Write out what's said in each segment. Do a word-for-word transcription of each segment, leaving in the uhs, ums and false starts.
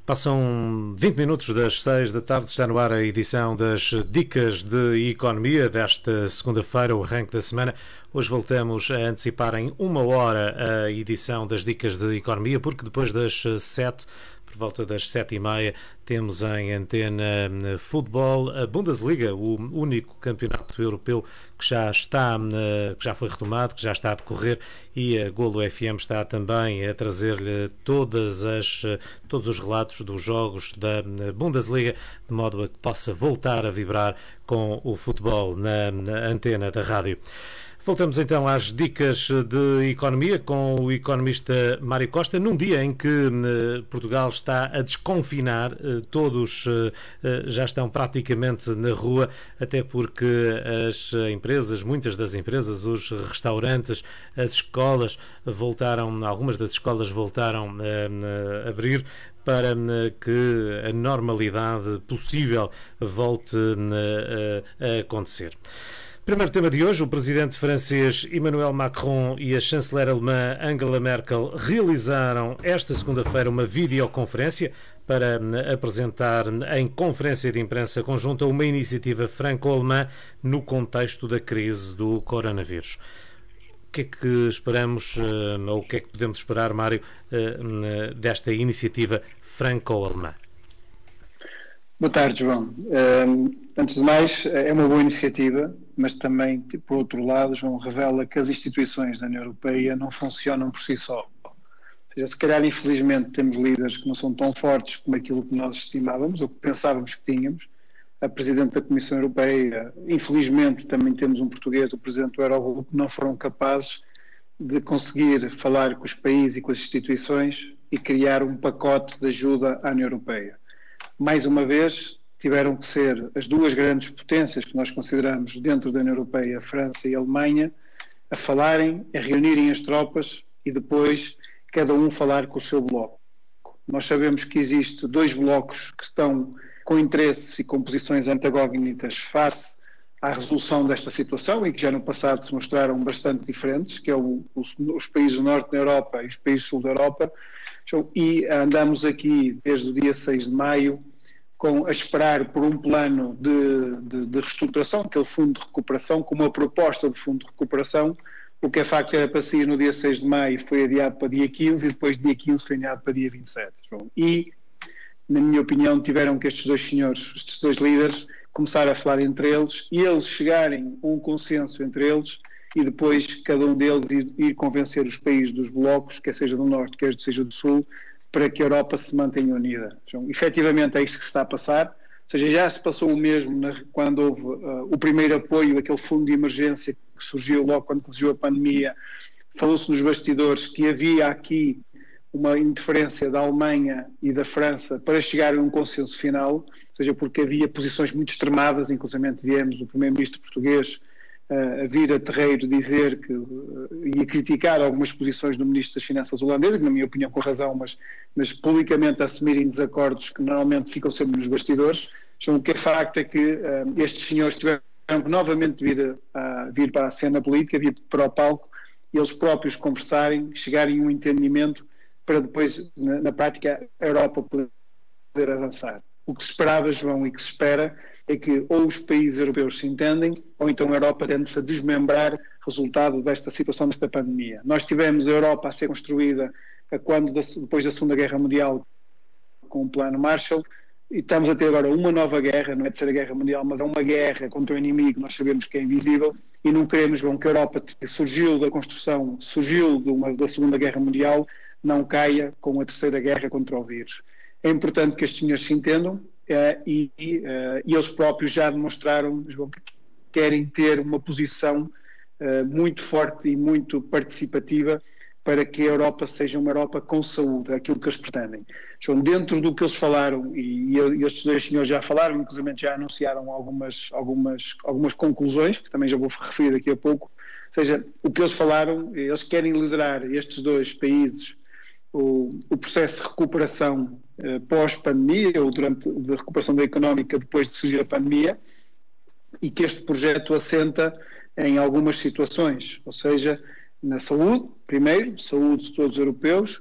Passam vinte minutos das seis da tarde, está no ar a edição das Dicas de Economia desta segunda-feira, o arranque da semana. Hoje voltamos a antecipar em uma hora a edição das Dicas de Economia, porque depois das sete, por volta das sete e meia, temos em antena futebol a Bundesliga, o único campeonato europeu que já está, que já foi retomado, que já está a decorrer, e a Golo F M está também a trazer-lhe todas as, todos os relatos dos jogos da Bundesliga, de modo a que possa voltar a vibrar com o futebol na, na antena da rádio. Voltamos então às dicas de economia com o economista Mário Costa, num dia em que eh, Portugal está a desconfinar, eh, todos eh, já estão praticamente na rua, até porque as empresas, muitas das empresas, os restaurantes, as escolas voltaram, algumas das escolas voltaram a abrir para que a normalidade possível volte a, a acontecer. Primeiro tema de hoje, o presidente francês Emmanuel Macron e a chanceler alemã Angela Merkel realizaram esta segunda-feira uma videoconferência para apresentar em conferência de imprensa conjunta uma iniciativa franco-alemã no contexto da crise do coronavírus. O que é que esperamos, ou o que é que podemos esperar, Mário, desta iniciativa franco-alemã? Boa tarde, João. Um, antes de mais, é uma boa iniciativa, mas também, por outro lado, João, revela que as instituições da União Europeia não funcionam por si só. Ou seja, se calhar, infelizmente, temos líderes que não são tão fortes como aquilo que nós estimávamos ou que pensávamos que tínhamos. A Presidente da Comissão Europeia, infelizmente, também temos um português, o Presidente do Eurogrupo, que não foram capazes de conseguir falar com os países e com as instituições e criar um pacote de ajuda à União Europeia. Mais uma vez, tiveram que ser as duas grandes potências que nós consideramos dentro da União Europeia, a França e a Alemanha, a falarem, a reunirem as tropas e depois cada um falar com o seu bloco. Nós sabemos que existe dois blocos que estão com interesses e com posições antagónicas face à resolução desta situação e que já no passado se mostraram bastante diferentes, que é o, os, os países do norte da Europa e os países do sul da Europa. E andamos aqui desde o dia seis de maio com, a esperar por um plano de, de, de reestruturação, aquele fundo de recuperação, com uma proposta de fundo de recuperação. O que é facto era para sair no dia seis de maio, foi adiado para dia quinze e depois dia quinze foi adiado para dia vinte e sete. E, na minha opinião, tiveram que estes dois senhores, estes dois líderes, começar a falar entre eles e eles chegarem a um consenso entre eles e depois cada um deles ir, ir convencer os países dos blocos, quer seja do Norte, quer seja do Sul, para que a Europa se mantenha unida. Então, efetivamente é isto que se está a passar, ou seja, já se passou o mesmo na, quando houve uh, o primeiro apoio, aquele fundo de emergência que surgiu logo quando surgiu a pandemia. Falou-se nos bastidores que havia aqui uma interferência da Alemanha e da França para chegar a um consenso final, ou seja, porque havia posições muito extremadas, inclusive viemos o primeiro-ministro português a vir a terreiro dizer que ia criticar algumas posições do Ministro das Finanças holandês, que na minha opinião com razão, mas, mas publicamente assumirem desacordos que normalmente ficam sempre nos bastidores. Então, o que é facto é que uh, estes senhores tiveram que novamente vir, a, vir para a cena política, vir para o palco, e eles próprios conversarem, chegarem a um entendimento para depois, na, na prática, a Europa poder avançar. O que se esperava, João, e que se espera é que ou os países europeus se entendem, ou então a Europa tende-se a desmembrar resultado desta situação, desta pandemia. Nós tivemos a Europa a ser construída a quando, depois da Segunda Guerra Mundial, com o plano Marshall, e estamos a ter agora uma nova guerra, não é de ser a Guerra Mundial, mas é uma guerra contra o inimigo, nós sabemos que é invisível, e não queremos, João, que a Europa, que surgiu da construção, surgiu de uma, da Segunda Guerra Mundial, não caia com a Terceira Guerra contra o vírus. É importante que estes senhores se entendam, Uh, e, uh, e eles próprios já demonstraram, João, que querem ter uma posição uh, muito forte e muito participativa para que a Europa seja uma Europa com saúde, aquilo que eles pretendem. João, dentro do que eles falaram, e, e estes dois senhores já falaram, inclusive já anunciaram algumas, algumas, algumas conclusões, que também já vou referir daqui a pouco, ou seja, o que eles falaram, eles querem liderar estes dois países O, o processo de recuperação eh, pós-pandemia ou durante a recuperação da económica depois de surgir a pandemia, e que este projeto assenta em algumas situações, ou seja, na saúde, primeiro, saúde de todos os europeus,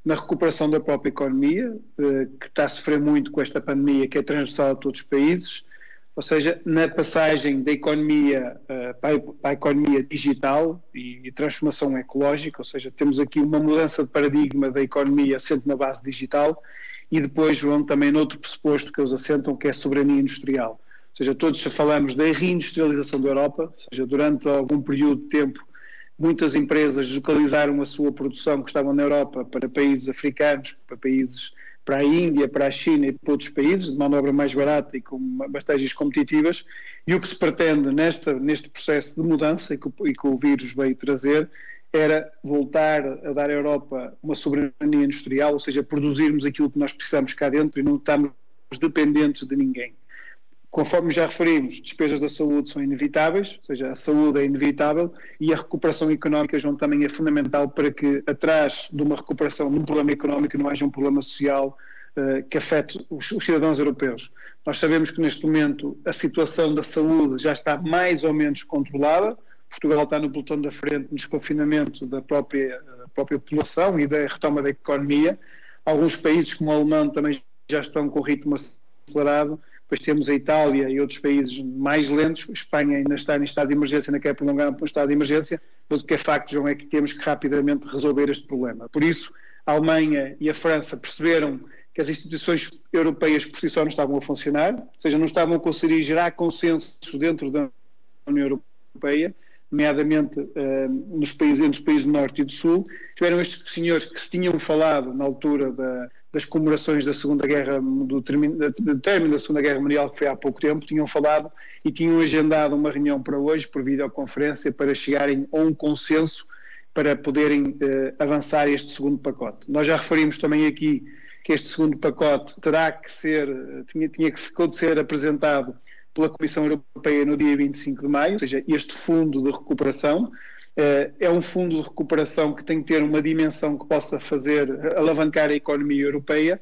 na recuperação da própria economia, que está a sofrer muito com esta pandemia, que é transversal a todos os países, ou seja, na passagem da economia para a economia digital e transformação ecológica, ou seja, temos aqui uma mudança de paradigma da economia assente na base digital, e depois, João, também noutro pressuposto que eles assentam, que é a soberania industrial. Ou seja, todos falamos da reindustrialização da Europa, ou seja, durante algum período de tempo, muitas empresas deslocalizaram a sua produção que estavam na Europa para países africanos, para países, para a Índia, para a China e para outros países, de mão de obra mais barata e com vantagens competitivas, e o que se pretende nesta, neste processo de mudança e que, e que o vírus veio trazer era voltar a dar à Europa uma soberania industrial, ou seja, produzirmos aquilo que nós precisamos cá dentro e não estarmos dependentes de ninguém. Conforme já referimos, despesas da saúde são inevitáveis, ou seja, a saúde é inevitável e a recuperação económica, João, também é fundamental para que atrás de uma recuperação de um problema económico não haja um problema social uh, que afete os, os cidadãos europeus. Nós sabemos que neste momento a situação da saúde já está mais ou menos controlada. Portugal está no pelotão da frente no desconfinamento da própria, da própria população e da retoma da economia. Alguns países como a Alemanha também já estão com ritmo acelerado. Depois temos a Itália e outros países mais lentos. A Espanha ainda está em estado de emergência, ainda quer prolongar para um estado de emergência, mas o que é facto, João, é que temos que rapidamente resolver este problema. Por isso, a Alemanha e a França perceberam que as instituições europeias por si só não estavam a funcionar, ou seja, não estavam a conseguir gerar consensos dentro da União Europeia, nomeadamente uh, nos países, entre os países do Norte e do Sul. Tiveram estes senhores que se tinham falado na altura da, das comemorações da Segunda Guerra, do, termino, do término da Segunda Guerra Mundial, que foi há pouco tempo, tinham falado e tinham agendado uma reunião para hoje, por videoconferência, para chegarem a um consenso para poderem uh, avançar este segundo pacote. Nós já referimos também aqui que este segundo pacote terá que ser, tinha, tinha que ficou de ser apresentado pela Comissão Europeia no dia vinte e cinco de maio, ou seja, este fundo de recuperação uh, é um fundo de recuperação que tem que ter uma dimensão que possa fazer alavancar a economia europeia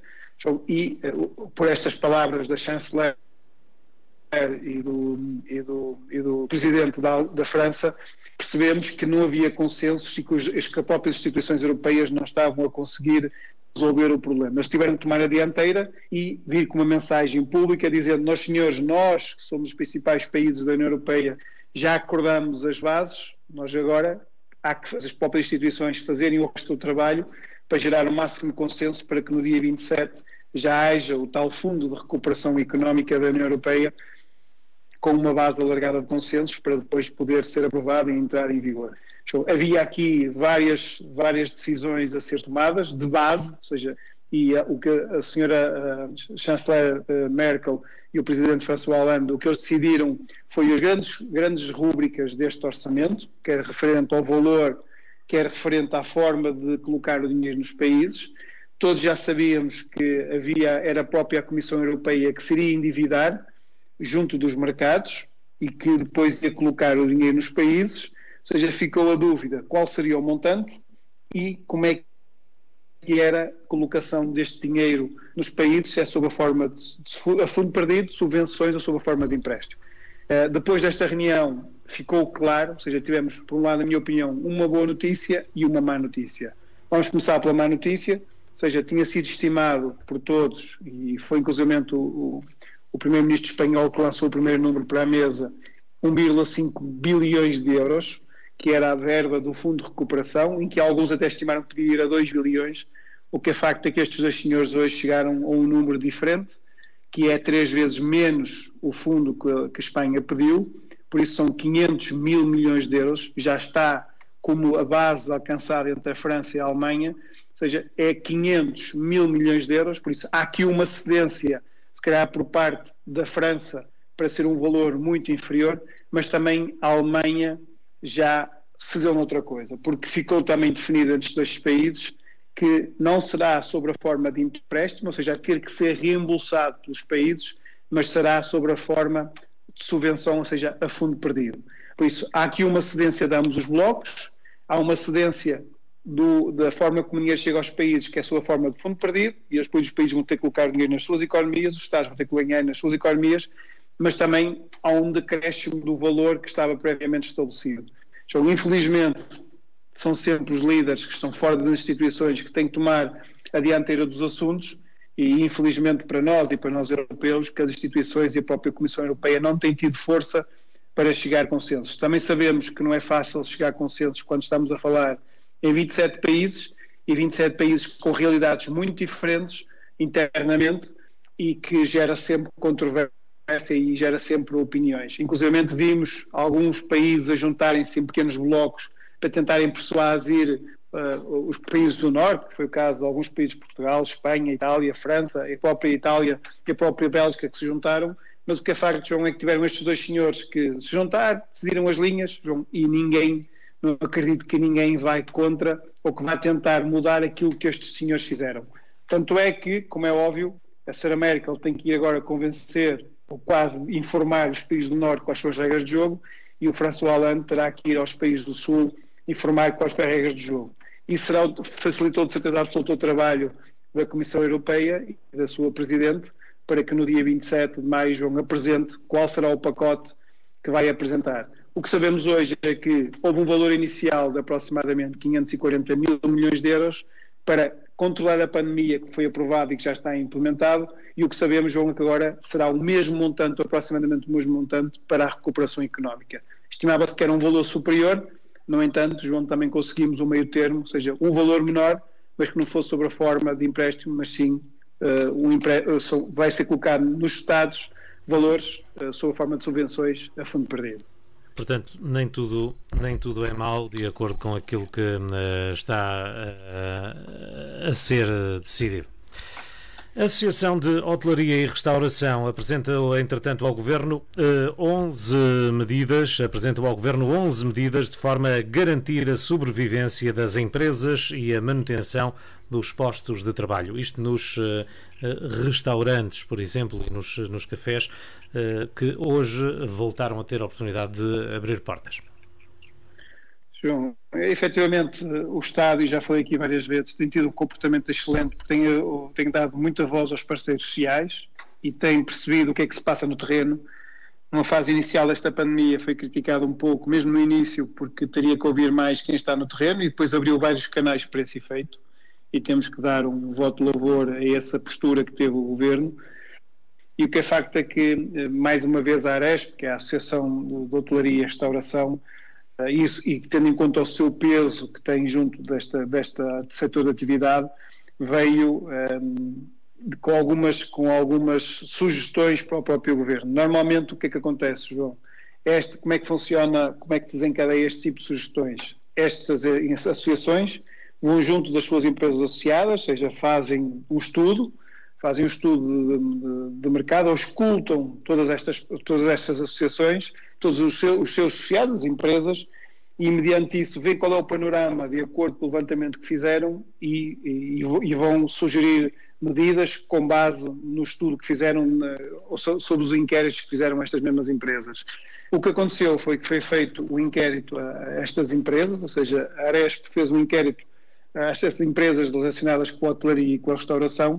e, uh, por estas palavras da chanceler e do, e do, e do presidente da, da França, percebemos que não havia consensos e que, os, que as próprias instituições europeias não estavam a conseguir resolver o problema. Eles tiveram que tomar a dianteira e vir com uma mensagem pública dizendo: nós, senhores, nós que somos os principais países da União Europeia, já acordamos as bases, nós agora há que as próprias instituições fazerem o resto do trabalho para gerar o máximo consenso para que no dia vinte e sete já haja o tal fundo de recuperação económica da União Europeia com uma base alargada de consensos para depois poder ser aprovado e entrar em vigor. Havia aqui várias, várias decisões a ser tomadas, de base, ou seja, e a, o que a senhora a chanceler a Merkel e o presidente François Hollande, o que eles decidiram foi as grandes, grandes rúbricas deste orçamento, quer referente ao valor, quer referente à forma de colocar o dinheiro nos países. Todos já sabíamos que havia, era a própria Comissão Europeia que se iria endividar junto dos mercados e que depois ia colocar o dinheiro nos países. Ou seja, ficou a dúvida qual seria o montante e como é que era a colocação deste dinheiro nos países, se é sob a forma de, de a fundo perdido, subvenções ou sob a forma de empréstimo. Uh, depois desta reunião ficou claro, ou seja, tivemos, por um lado, na minha opinião, uma boa notícia e uma má notícia. Vamos começar pela má notícia, ou seja, tinha sido estimado por todos, e foi inclusivamente o, o, o primeiro-ministro espanhol que lançou o primeiro número para a mesa, um vírgula cinco bilhões de euros, que era a verba do Fundo de Recuperação, em que alguns até estimaram que podia ir a dois bilhões. O que é facto é que estes dois senhores hoje chegaram a um número diferente, que é três vezes menos o fundo que, que a Espanha pediu, por isso são quinhentos mil milhões de euros, já está como a base alcançada entre a França e a Alemanha, ou seja, é quinhentos mil milhões de euros, por isso há aqui uma cedência, se calhar por parte da França, para ser um valor muito inferior, mas também a Alemanha já cedeu noutra coisa, porque ficou também definido entre os dois países que não será sobre a forma de empréstimo, ou seja, a ter que ser reembolsado pelos países, mas será sobre a forma de subvenção, ou seja, a fundo perdido. Por isso, há aqui uma cedência de ambos os blocos, há uma cedência do, da forma como o dinheiro chega aos países, que é a sua forma de fundo perdido, e depois os países vão ter que colocar dinheiro nas suas economias, os Estados vão ter que ganhar nas suas economias, mas também há um decréscimo do valor que estava previamente estabelecido. Então, infelizmente, são sempre os líderes que estão fora das instituições que têm que tomar a dianteira dos assuntos e, infelizmente para nós e para nós europeus, que as instituições e a própria Comissão Europeia não têm tido força para chegar a consensos. Também sabemos que não é fácil chegar a consensos quando estamos a falar em vinte e sete países, e vinte e sete países com realidades muito diferentes internamente e que gera sempre controvérsia e gera sempre opiniões. Inclusive vimos alguns países a juntarem-se em pequenos blocos para tentarem persuadir uh, os países do Norte, que foi o caso de alguns países de Portugal, Espanha, Itália, França, a própria Itália e a própria Bélgica que se juntaram, mas o que é facto, João, é que tiveram estes dois senhores que se juntaram, decidiram as linhas, João, e ninguém, não acredito que ninguém vai contra ou que vai tentar mudar aquilo que estes senhores fizeram. Tanto é que, como é óbvio, a senhora Merkel tem que ir agora convencer ou quase informar os países do Norte quais são as regras de jogo, e o François Hollande terá que ir aos países do Sul informar quais são as regras de jogo. Isso será, facilitou de certeza absoluta o trabalho da Comissão Europeia e da sua Presidente, para que no dia vinte e sete de maio, João, apresente qual será o pacote que vai apresentar. O que sabemos hoje é que houve um valor inicial de aproximadamente quinhentos e quarenta mil milhões de euros para controlar a pandemia, que foi aprovado e que já está implementado, e o que sabemos, João, é que agora será o mesmo montante, ou aproximadamente o mesmo montante, para a recuperação económica. Estimava-se que era um valor superior, no entanto, João, também conseguimos um meio termo, ou seja, um valor menor, mas que não fosse sobre a forma de empréstimo, mas sim uh, um empre... uh, vai ser colocado nos Estados valores uh, sob a forma de subvenções a fundo perdido. Portanto, nem tudo, nem tudo é mau, de acordo com aquilo que uh, está uh, a ser uh, decidido. A Associação de Hotelaria e Restauração apresentou, entretanto, ao Governo uh, onze medidas, apresentou ao Governo onze medidas de forma a garantir a sobrevivência das empresas e a manutenção dos postos de trabalho. Isto nos uh, restaurantes, por exemplo, e nos, nos cafés, uh, que hoje voltaram a ter a oportunidade de abrir portas. João, efetivamente o Estado, e já falei aqui várias vezes, tem tido um comportamento excelente, porque tem, tem dado muita voz aos parceiros sociais e tem percebido o que é que se passa no terreno. Numa fase inicial desta pandemia foi criticado um pouco, mesmo no início, porque teria que ouvir mais quem está no terreno, e depois abriu vários canais para esse efeito, e temos que dar um voto de louvor a essa postura que teve o Governo. E o que é facto é que, mais uma vez, a Aresp, que é a Associação de Hotelaria e Restauração, isso, e tendo em conta o seu peso que tem junto desta, desta setor de atividade, veio um, com, algumas, com algumas sugestões para o próprio Governo. Normalmente o que é que acontece, João? Este, como é que funciona, como é que desencadeia este tipo de sugestões? Estas associações vão junto das suas empresas associadas, ou seja, fazem um estudo, fazem um estudo de, de, de mercado, ou escutam todas estas, todas estas associações, todos os seus, os seus associados, as empresas, e mediante isso vê qual é o panorama de acordo com o levantamento que fizeram e, e, e vão sugerir medidas com base no estudo que fizeram, ou sobre os inquéritos que fizeram estas mesmas empresas. O que aconteceu foi que foi feito o inquérito a estas empresas, ou seja, a Aresp fez um inquérito a estas empresas relacionadas com a hotelaria e com a restauração,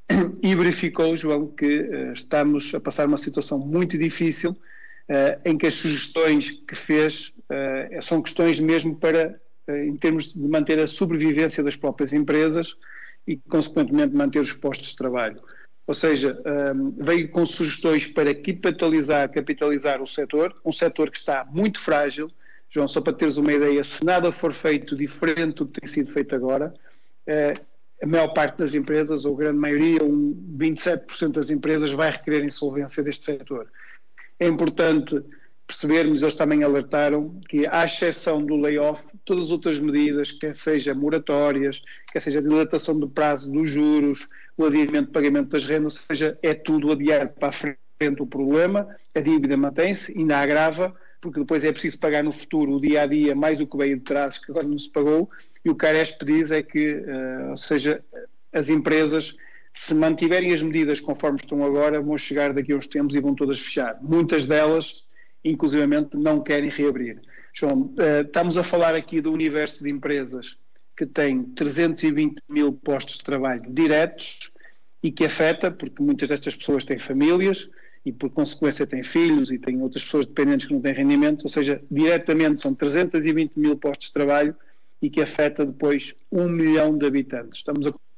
e verificou, João, que uh, estamos a passar uma situação muito difícil, uh, em que as sugestões que fez uh, são questões mesmo para, uh, em termos de manter a sobrevivência das próprias empresas e, consequentemente, manter os postos de trabalho. Ou seja, um, veio com sugestões para capitalizar, capitalizar o setor, um setor que está muito frágil. João, só para teres uma ideia, se nada for feito diferente do que tem sido feito agora, uh, a maior parte das empresas, ou a grande maioria, um vinte e sete por cento das empresas vai requerer insolvência deste setor. É importante percebermos, eles também alertaram, que à exceção do layoff, todas as outras medidas, quer seja moratórias, quer seja a dilatação do prazo dos juros, o adiamento de pagamento das rendas, ou seja, é tudo adiar para a frente o problema, a dívida mantém-se, ainda agrava, porque depois é preciso pagar no futuro o dia-a-dia mais o que veio de trás, que agora não se pagou. E o que a Aresp diz é que, uh, ou seja, as empresas, se mantiverem as medidas conforme estão agora, vão chegar daqui a uns tempos e vão todas fechar. Muitas delas, inclusivamente, não querem reabrir. João, uh, estamos a falar aqui do universo de empresas que tem trezentos e vinte mil postos de trabalho diretos e que afeta, porque muitas destas pessoas têm famílias e, por consequência, têm filhos e têm outras pessoas dependentes que não têm rendimento, ou seja, diretamente são trezentos e vinte mil postos de trabalho e que afeta depois um milhão de habitantes. Estamos a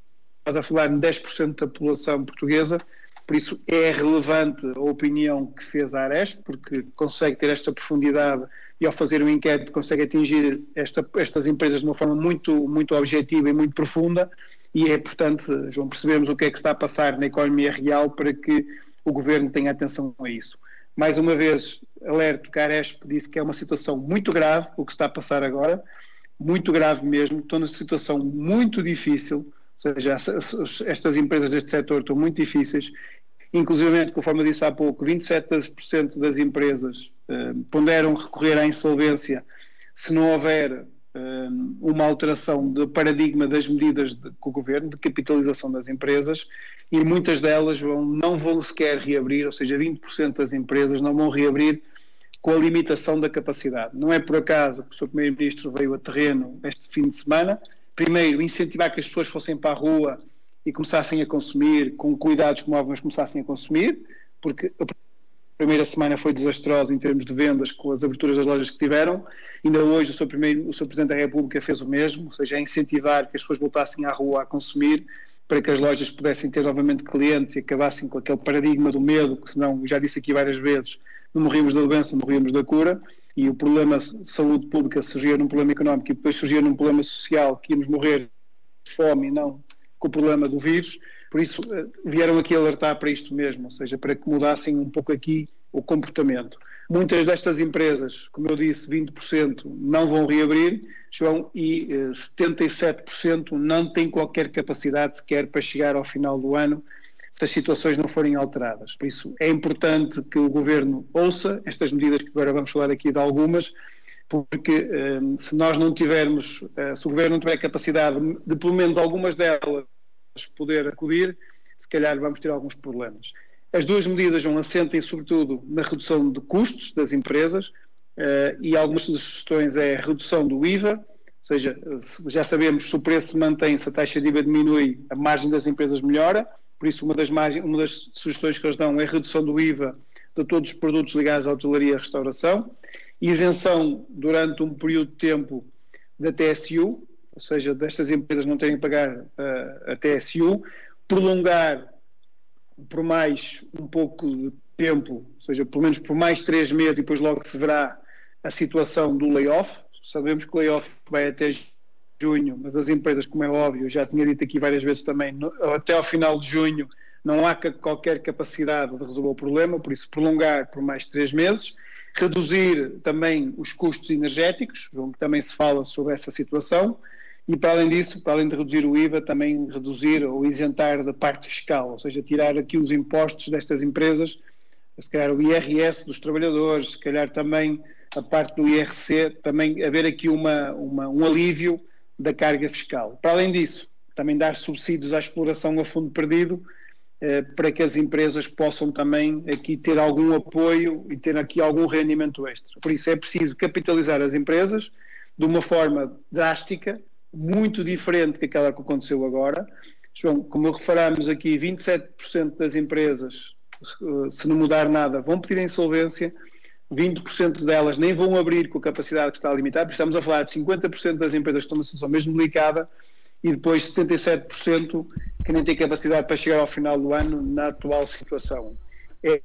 a falar em dez por cento da população portuguesa, por isso é relevante a opinião que fez a Aresp, porque consegue ter esta profundidade e ao fazer um inquérito consegue atingir esta, estas empresas de uma forma muito, muito objetiva e muito profunda, e é importante, João, percebermos o que é que está a passar na economia real para que o Governo tenha atenção a isso. Mais uma vez, alerto que a Aresp disse que é uma situação muito grave o que está a passar agora, muito grave mesmo, estão numa situação muito difícil, ou seja, estas empresas deste setor estão muito difíceis, inclusive, conforme eu disse há pouco, vinte e sete por cento das empresas eh, ponderam recorrer à insolvência se não houver eh, uma alteração de paradigma das medidas de, com o Governo, de capitalização das empresas, e muitas delas vão, não vão sequer reabrir, ou seja, vinte por cento das empresas não vão reabrir com a limitação da capacidade. Não é por acaso que o senhor Primeiro-Ministro veio a terreno este fim de semana, primeiro, incentivar que as pessoas fossem para a rua e começassem a consumir, com cuidados como óbvio, mas começassem a consumir, porque a primeira semana foi desastrosa em termos de vendas, com as aberturas das lojas que tiveram. Ainda hoje o seu, primeiro, o seu Presidente da República fez o mesmo, ou seja, a incentivar que as pessoas voltassem à rua a consumir, para que as lojas pudessem ter novamente clientes e acabassem com aquele paradigma do medo, que senão, já disse aqui várias vezes, não morríamos da doença, morríamos da cura, e o problema de saúde pública surgia num problema económico e depois surgia num problema social, que íamos morrer de fome e não com o problema do vírus. Por isso vieram aqui alertar para isto mesmo, ou seja, para que mudassem um pouco aqui o comportamento. Muitas destas empresas, como eu disse, vinte por cento não vão reabrir, João, e eh, setenta e sete por cento não têm qualquer capacidade sequer para chegar ao final do ano se as situações não forem alteradas. Por isso é importante que o Governo ouça estas medidas, que agora vamos falar aqui de algumas, porque eh, se nós não tivermos, eh, se o Governo não tiver capacidade de, de pelo menos algumas delas poder acudir, se calhar vamos ter alguns problemas. As duas medidas vão assentem sobretudo na redução de custos das empresas, uh, e algumas das sugestões é a redução do I V A, ou seja, já sabemos, se o preço mantém-se, a taxa de I V A diminui, a margem das empresas melhora, por isso uma das, margem, uma das sugestões que eles dão é a redução do I V A de todos os produtos ligados à hotelaria e à restauração, isenção durante um período de tempo da T S U, ou seja, destas empresas não terem que pagar uh, a T S U, prolongar por mais um pouco de tempo, ou seja, pelo menos por mais três meses, e depois logo se verá a situação do layoff. Sabemos que o layoff vai até junho, mas as empresas, como é óbvio, já tinha dito aqui várias vezes também, no, até ao final de junho não há qualquer capacidade de resolver o problema, por isso prolongar por mais três meses, reduzir também os custos energéticos, onde também se fala sobre essa situação, e para além disso, para além de reduzir o I V A, também reduzir ou isentar da parte fiscal, ou seja, tirar aqui os impostos destas empresas, se calhar o I R S dos trabalhadores, se calhar também a parte do I R C, também haver aqui uma, uma, um alívio da carga fiscal. Para além disso, também dar subsídios à exploração a fundo perdido, eh, para que as empresas possam também aqui ter algum apoio e ter aqui algum rendimento extra. Por isso é preciso capitalizar as empresas de uma forma drástica, muito diferente que aquela que aconteceu agora. João, como referámos aqui, vinte e sete por cento das empresas, se não mudar nada, vão pedir a insolvência, vinte por cento delas nem vão abrir com a capacidade que está limitada, estamos a falar de cinquenta por cento das empresas que estão numa situação mesmo delicada, e depois setenta e sete por cento que nem têm capacidade para chegar ao final do ano na atual situação. É,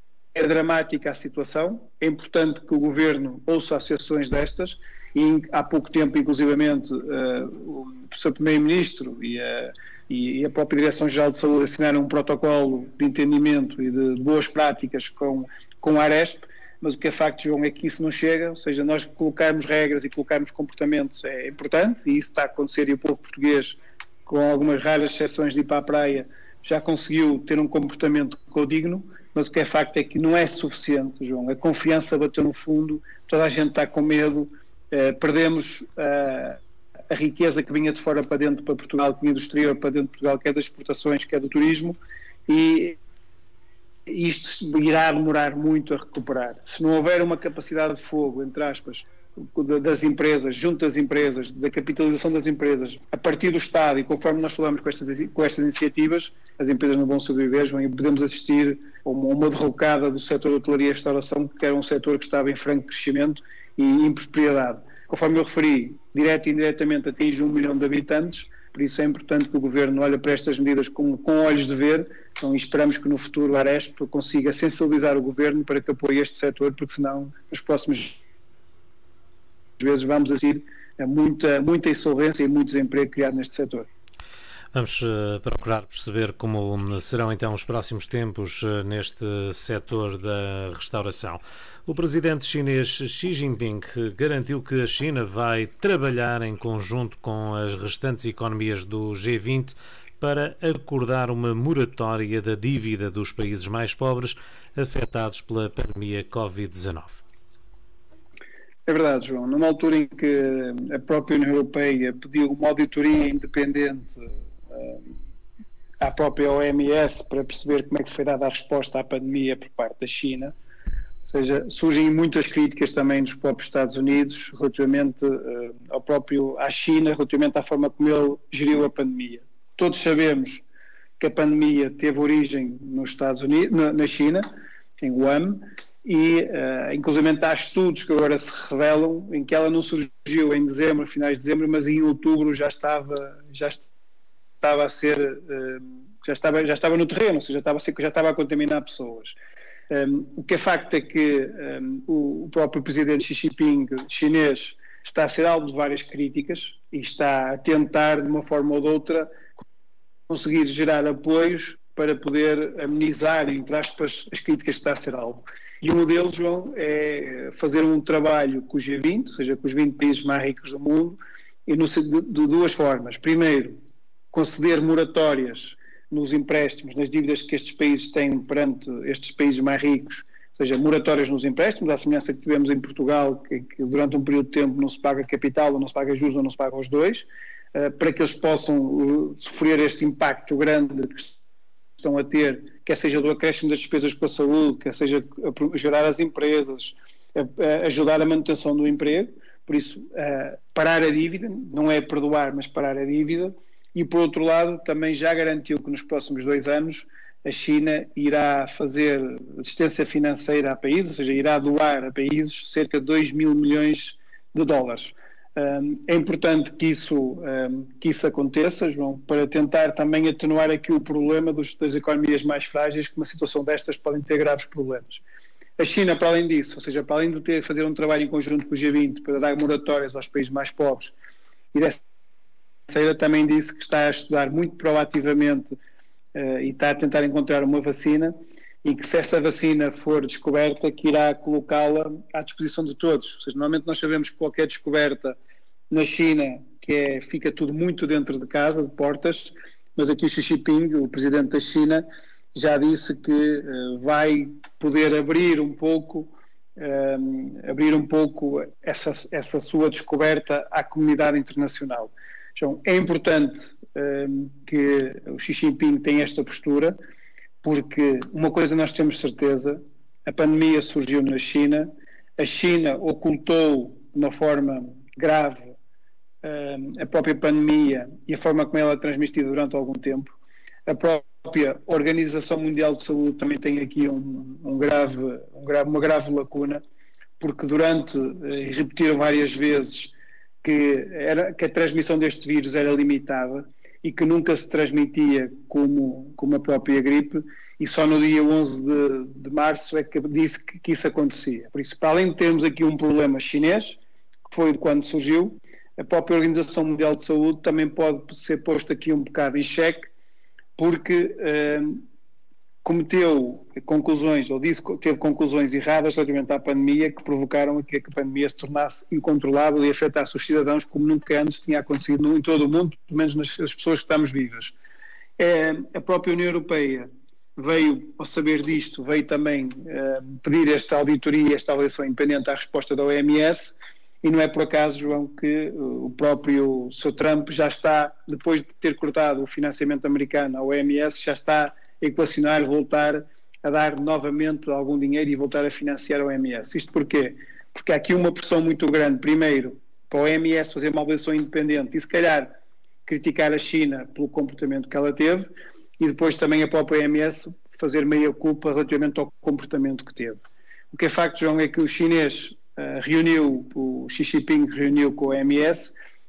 é dramática a situação, é importante que o Governo ouça associações destas, e há pouco tempo, inclusivamente, uh, o senhor Primeiro-Ministro e a, e a própria Direção-Geral de Saúde assinaram um protocolo de entendimento e de, de boas práticas com, com a Aresp, mas o que é facto, João, é que isso não chega, ou seja, nós colocarmos regras e colocarmos comportamentos é importante, e isso está a acontecer, e o povo português, com algumas raras exceções de ir para a praia, já conseguiu ter um comportamento digno, mas o que é facto é que não é suficiente, João. A confiança bateu no fundo, toda a gente está com medo. Uh, perdemos uh, a riqueza que vinha de fora para dentro, para Portugal, que vinha do exterior para dentro de Portugal, que é das exportações, que é do turismo, e isto irá demorar muito a recuperar. Se não houver uma capacidade de fogo, entre aspas, das empresas, junto das empresas, da capitalização das empresas, a partir do Estado, e conforme nós falamos com estas, com estas iniciativas, as empresas não vão sobreviver, João, e podemos assistir a uma, uma derrocada do setor da hotelaria e restauração, que era um setor que estava em franco crescimento e em prosperidade. Conforme eu referi, direto e indiretamente atinge um milhão de habitantes, Por isso é importante que o Governo olhe para estas medidas com, com olhos de ver, então esperamos que no futuro a Aresp consiga sensibilizar o Governo para que apoie este setor, porque senão nos próximos vezes vamos assistir a muita, muita insolvência e muito desemprego criado neste setor. Vamos uh, procurar perceber como serão então os próximos tempos uh, neste setor da restauração. O presidente chinês Xi Jinping garantiu que a China vai trabalhar em conjunto com as restantes economias do G vinte para acordar uma moratória da dívida dos países mais pobres afetados pela pandemia covid dezenove. É verdade, João. Numa altura em que a própria União Europeia pediu uma auditoria independente à própria O M S para perceber como é que foi dada a resposta à pandemia por parte da China, ou seja, surgem muitas críticas também dos próprios Estados Unidos relativamente uh, ao próprio, à China, relativamente à forma como ele geriu a pandemia. Todos sabemos que a pandemia teve origem nos Estados Unidos, na, na China, em Wuhan, e uh, inclusive há estudos que agora se revelam em que ela não surgiu em dezembro, finais de dezembro, mas em outubro já estava, já estava estava a ser, já estava, já estava no terreno, ou seja, já estava a, ser, já estava a contaminar pessoas. Um, o que é facto é que um, o próprio presidente Xi Jinping chinês está a ser alvo de várias críticas e está a tentar, de uma forma ou de outra, conseguir gerar apoios para poder amenizar, entre aspas, as críticas que está a ser alvo. E um deles, João, é fazer um trabalho com o G vinte, ou seja, com os vinte países mais ricos do mundo, e no, de, de duas formas. Primeiro, conceder moratórias nos empréstimos, nas dívidas que estes países têm perante estes países mais ricos, ou seja, moratórias nos empréstimos, à semelhança que tivemos em Portugal, que, que durante um período de tempo não se paga capital, ou não se paga juros, ou não se paga os dois, uh, para que eles possam uh, sofrer este impacto grande que estão a ter, quer seja do acréscimo das despesas com a saúde, quer seja ajudar as empresas, a, a ajudar a manutenção do emprego. Por isso, uh, parar a dívida, não é perdoar, mas parar a dívida. E, por outro lado, também já garantiu que nos próximos dois anos a China irá fazer assistência financeira a países, ou seja, irá doar a países cerca de dois mil milhões de dólares. Um, é importante que isso, um, que isso aconteça, João, para tentar também atenuar aqui o problema dos, das economias mais frágeis, que uma situação destas podem ter graves problemas. A China, para além disso, ou seja, para além de ter, fazer um trabalho em conjunto com o G vinte para dar moratórias aos países mais pobres, e dessa Ceira também disse que está a estudar muito proativamente uh, e está a tentar encontrar uma vacina, e que se essa vacina for descoberta, que irá colocá-la à disposição de todos. Ou seja, normalmente nós sabemos que qualquer descoberta na China, que é, fica tudo muito dentro de casa, de portas, mas aqui o Xi Jinping, o presidente da China, já disse que uh, vai poder abrir um pouco, uh, abrir um pouco essa, essa sua descoberta à comunidade internacional. Então, é importante um, que o Xi Jinping tenha esta postura, porque uma coisa nós temos certeza, a pandemia surgiu na China, a China ocultou de uma forma grave um, a própria pandemia e a forma como ela é transmitida durante algum tempo. A própria Organização Mundial de Saúde também tem aqui um, um grave, um grave, uma grave lacuna, porque durante, e repetiram várias vezes, Que, era, que a transmissão deste vírus era limitada e que nunca se transmitia como, como a própria gripe, e só no dia onze de, de março é que disse que, que isso acontecia. Por isso, para além de termos aqui um problema chinês, que foi quando surgiu, a própria Organização Mundial de Saúde também pode ser posto aqui um bocado em xeque, porque eh, cometeu conclusões, ou disse que teve conclusões erradas relativamente à pandemia, que provocaram que a pandemia se tornasse incontrolável e afetasse os cidadãos como nunca antes tinha acontecido no, em todo o mundo, pelo menos nas as pessoas que estamos vivas. É, a própria União Europeia veio, ao saber disto, veio também é, pedir esta auditoria, esta avaliação independente à resposta da O M S, e não é por acaso, João, que o próprio senhor Trump já está, depois de ter cortado o financiamento americano à O M S, já está equacionar, voltar a dar novamente algum dinheiro e voltar a financiar a O M S. Isto porquê? Porque há aqui uma pressão muito grande, primeiro, para a O M S fazer uma avaliação independente e, se calhar, criticar a China pelo comportamento que ela teve, e depois também a própria O M S fazer meia culpa relativamente ao comportamento que teve. O que é facto, João, é que o chinês uh, reuniu, o Xi Jinping reuniu com a O M S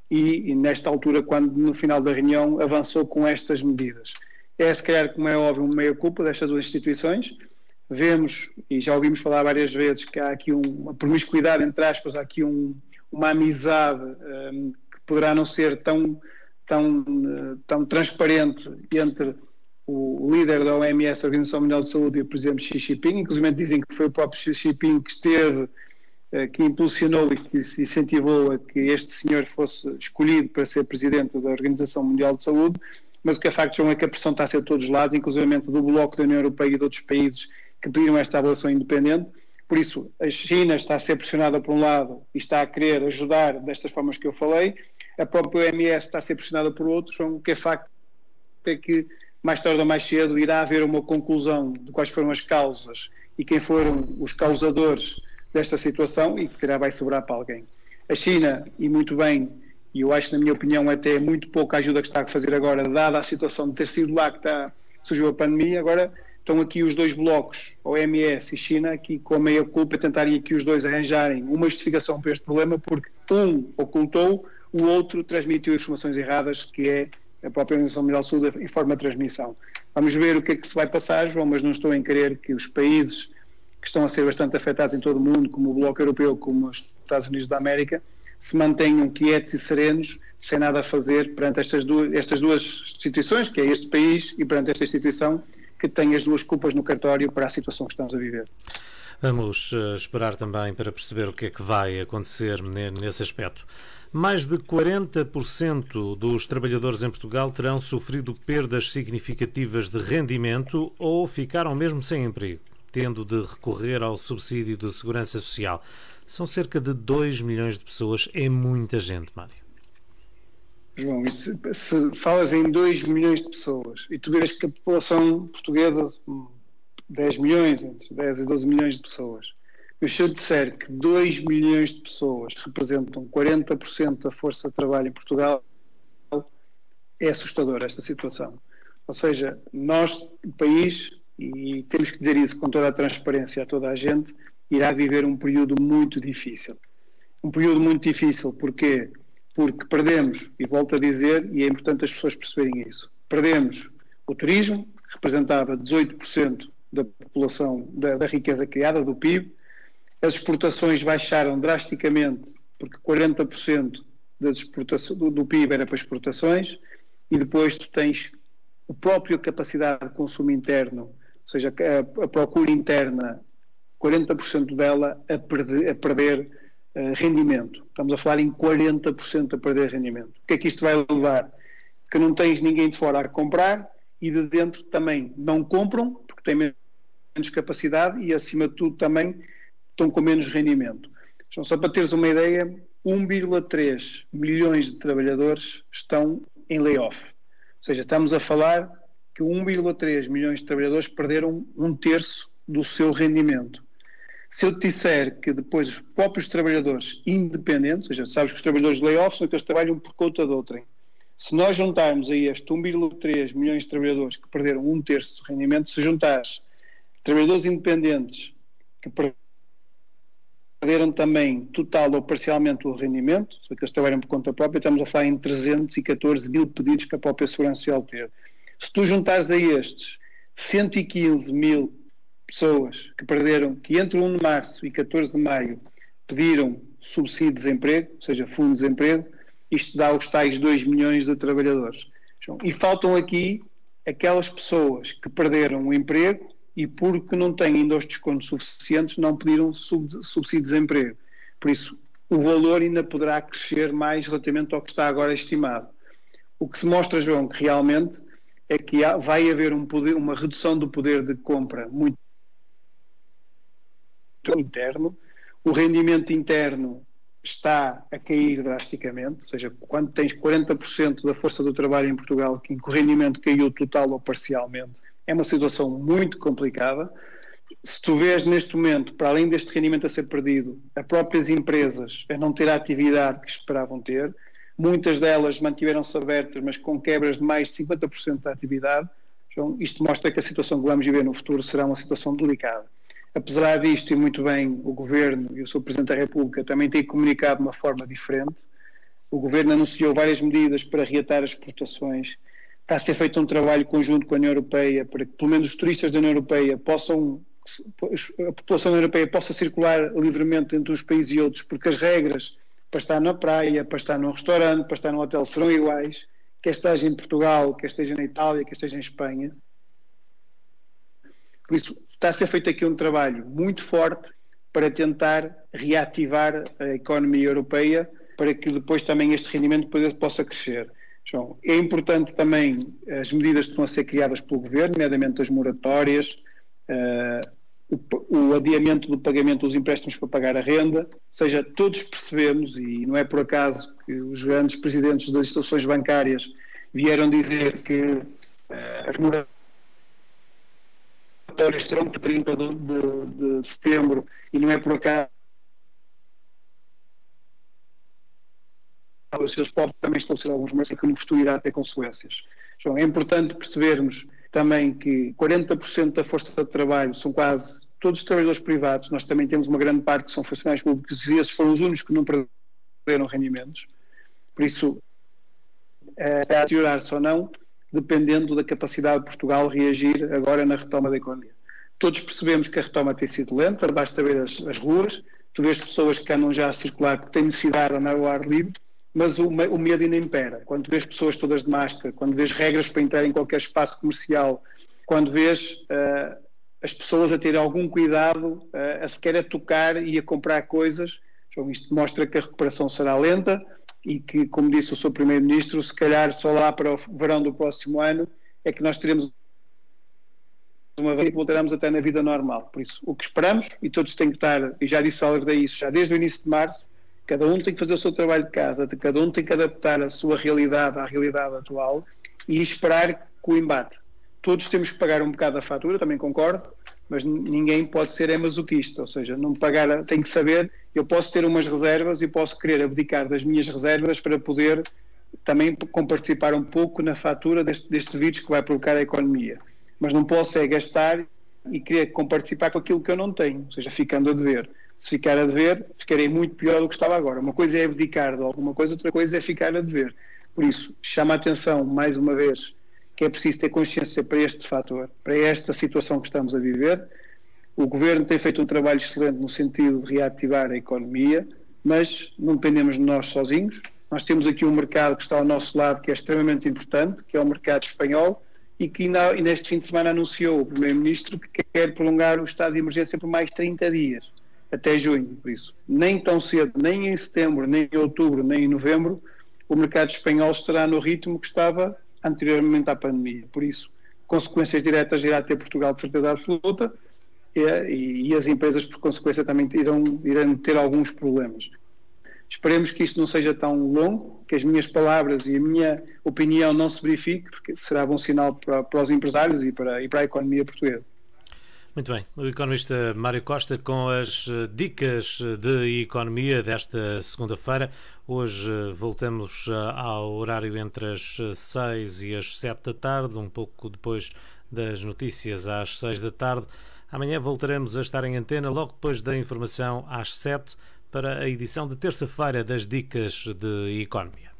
e, e nesta altura, quando no final da reunião avançou com estas medidas. É, se calhar, como é óbvio, uma meia-culpa destas duas instituições. Vemos, e já ouvimos falar várias vezes, que há aqui um, uma promiscuidade, entre aspas, há aqui um, uma amizade um, que poderá não ser tão, tão, uh, tão transparente entre o líder da O M S, a Organização Mundial de Saúde, e o presidente Xi Jinping. Inclusive dizem que foi o próprio Xi Jinping que esteve, uh, que impulsionou e que se incentivou a que este senhor fosse escolhido para ser presidente da Organização Mundial de Saúde. Mas o que é facto, João, é que a pressão está a ser de todos os lados, inclusive do Bloco da União Europeia e de outros países que pediram esta avaliação independente. Por isso, a China está a ser pressionada por um lado e está a querer ajudar destas formas que eu falei. A própria O M S está a ser pressionada por outros. O que é facto é que, mais tarde ou mais cedo, irá haver uma conclusão de quais foram as causas e quem foram os causadores desta situação e que se calhar vai sobrar para alguém. A China, e muito bem, e eu acho, na minha opinião, até muito pouca ajuda que está a fazer agora, dada a situação de ter sido lá que está, surgiu a pandemia. Agora estão aqui os dois blocos, O M S e China, aqui com a meia culpa, tentarem aqui os dois arranjarem uma justificação para este problema, porque um ocultou, o outro transmitiu informações erradas, que é a própria Organização Mundial de Saúde em forma de transmissão. Vamos ver o que é que se vai passar, João, mas não estou em querer que os países que estão a ser bastante afetados em todo o mundo, como o Bloco Europeu, como os Estados Unidos da América, se mantenham quietos e serenos, sem nada a fazer perante estas duas, estas duas instituições, que é este país, e perante esta instituição, que tem as duas culpas no cartório para a situação que estamos a viver. Vamos uh, esperar também para perceber o que é que vai acontecer nesse aspecto. Mais de quarenta por cento dos trabalhadores em Portugal terão sofrido perdas significativas de rendimento ou ficaram mesmo sem emprego, tendo de recorrer ao subsídio de segurança social. São cerca de dois milhões de pessoas, é muita gente, Mário. João, e se, se falas em dois milhões de pessoas e tu vês que a população portuguesa, dez milhões, entre dez e doze milhões de pessoas, mas se eu disser que dois milhões de pessoas representam quarenta por cento da força de trabalho em Portugal, é assustadora esta situação. Ou seja, nós, o país, e temos que dizer isso com toda a transparência a toda a gente, irá viver um período muito difícil. Um período muito difícil, porquê? Porque perdemos, e volto a dizer, e é importante as pessoas perceberem isso, perdemos o turismo, que representava dezoito por cento da população, da, da riqueza criada, do P I B, as exportações baixaram drasticamente, porque quarenta por cento das exportações, do, do P I B era para exportações, e depois tu tens a própria capacidade de consumo interno, ou seja, a, a procura interna, quarenta por cento dela a perder, a perder uh, rendimento. Estamos a falar em quarenta por cento a perder rendimento. O que é que isto vai levar? Que não tens ninguém de fora a comprar e de dentro também não compram, porque têm menos capacidade e, acima de tudo, também estão com menos rendimento. Então, só para teres uma ideia, um vírgula três milhões de trabalhadores estão em layoff. Ou seja, estamos a falar que um vírgula três milhões de trabalhadores perderam um terço do seu rendimento. Se eu te disser que depois os próprios trabalhadores independentes, ou seja, sabes que os trabalhadores de layoff são aqueles que trabalham por conta de outrem. Se nós juntarmos a este um vírgula três milhões de trabalhadores que perderam um terço do rendimento, se juntares trabalhadores independentes que perderam também total ou parcialmente o rendimento, se aqueles trabalham por conta própria, estamos a falar em trezentos e catorze mil pedidos que a própria Segurança Social teve. Se tu juntares a estes cento e quinze mil pessoas que perderam, que entre um de março e catorze de maio pediram subsídio de desemprego, ou seja, fundo de desemprego, isto dá os tais dois milhões de trabalhadores. E faltam aqui aquelas pessoas que perderam o emprego e porque não têm ainda os descontos suficientes não pediram subsídio de desemprego. Por isso, o valor ainda poderá crescer mais relativamente ao que está agora estimado. O que se mostra, João, que realmente é que há, vai haver um poder, uma redução do poder de compra muito interno. O rendimento interno está a cair drasticamente, ou seja, quando tens quarenta por cento da força do trabalho em Portugal que o rendimento caiu total ou parcialmente, é uma situação muito complicada. Se tu vês neste momento, para além deste rendimento a ser perdido, as próprias empresas a não ter a atividade que esperavam ter, muitas delas mantiveram-se abertas, mas com quebras de mais de cinquenta por cento da atividade. Então, isto mostra que a situação que vamos viver no futuro será uma situação delicada. Apesar disto, e muito bem, o Governo e o seu Presidente da República também têm comunicado de uma forma diferente. O Governo anunciou várias medidas para reatar as exportações. Está a ser feito um trabalho conjunto com a União Europeia para que, pelo menos, os turistas da União Europeia possam, a população da União Europeia possa circular livremente entre uns países e outros, porque as regras para estar na praia, para estar num restaurante, para estar num hotel serão iguais, quer esteja em Portugal, quer esteja na Itália, quer esteja em Espanha. Por isso, está a ser feito aqui um trabalho muito forte para tentar reativar a economia europeia para que depois também este rendimento possa crescer. João, é importante também as medidas que estão a ser criadas pelo Governo, nomeadamente as moratórias, uh, o, o adiamento do pagamento dos empréstimos para pagar a renda. Ou seja, todos percebemos, e não é por acaso que os grandes presidentes das instituições bancárias vieram dizer que uh, as moratórias terão de trinta de, de, de setembro, e não é por acaso os seus povos também estão a ser alguns, mas que no futuro irá ter consequências. Então, é importante percebermos também que quarenta por cento da força de trabalho são quase todos os trabalhadores privados. Nós também temos uma grande parte que são funcionários públicos e esses foram os únicos que não perderam rendimentos. Por isso, é a deteriorar-se ou não, dependendo da capacidade de Portugal reagir agora na retoma da economia. Todos percebemos que a retoma tem sido lenta, basta ver as, as ruas, tu vês pessoas que andam já a circular porque têm necessidade de andar ao ar livre, mas o, o medo ainda impera. Quando vês pessoas todas de máscara, quando vês regras para entrar em qualquer espaço comercial, quando vês uh, as pessoas a ter algum cuidado, uh, a sequer a tocar e a comprar coisas, então isto mostra que a recuperação será lenta e que, como disse o seu Primeiro-Ministro, se calhar só lá para o verão do próximo ano é que nós teremos uma vez e voltaremos até na vida normal. Por isso, o que esperamos, e todos têm que estar, e já disse algo disso já desde o início de março, cada um tem que fazer o seu trabalho de casa, cada um tem que adaptar a sua realidade à realidade atual e esperar que o embate. Todos temos que pagar um bocado a fatura, também concordo, mas ninguém pode ser é masoquista, ou seja, não pagar, tem que saber, eu posso ter umas reservas e posso querer abdicar das minhas reservas para poder também comparticipar um pouco na fatura deste, deste vírus que vai provocar a economia. Mas não posso é gastar e querer comparticipar com aquilo que eu não tenho, ou seja, ficando a dever. Se ficar a dever, ficarei muito pior do que estava agora. Uma coisa é abdicar de alguma coisa, outra coisa é ficar a dever. Por isso, chama a atenção, mais uma vez, que é preciso ter consciência para este fator, para esta situação que estamos a viver. O Governo tem feito um trabalho excelente no sentido de reativar a economia, mas não dependemos de nós sozinhos. Nós temos aqui um mercado que está ao nosso lado, que é extremamente importante, que é o mercado espanhol, e que ainda, ainda este fim de semana anunciou o Primeiro-Ministro que quer prolongar o estado de emergência por mais trinta dias. Até junho, por isso, nem tão cedo, nem em setembro, nem em outubro, nem em novembro, o mercado espanhol estará no ritmo que estava anteriormente à pandemia. Por isso, consequências diretas irá ter Portugal de certeza absoluta e, e, e as empresas, por consequência, também irão, irão ter alguns problemas. Esperemos que isto não seja tão longo, que as minhas palavras e a minha opinião não se verifique, porque será bom sinal para, para os empresários e para, e para a economia portuguesa. Muito bem, o economista Mário Costa com as dicas de economia desta segunda-feira. Hoje voltamos ao horário entre as seis e as sete da tarde, um pouco depois das notícias às seis da tarde. Amanhã voltaremos a estar em antena logo depois da informação às sete para a edição de terça-feira das dicas de economia.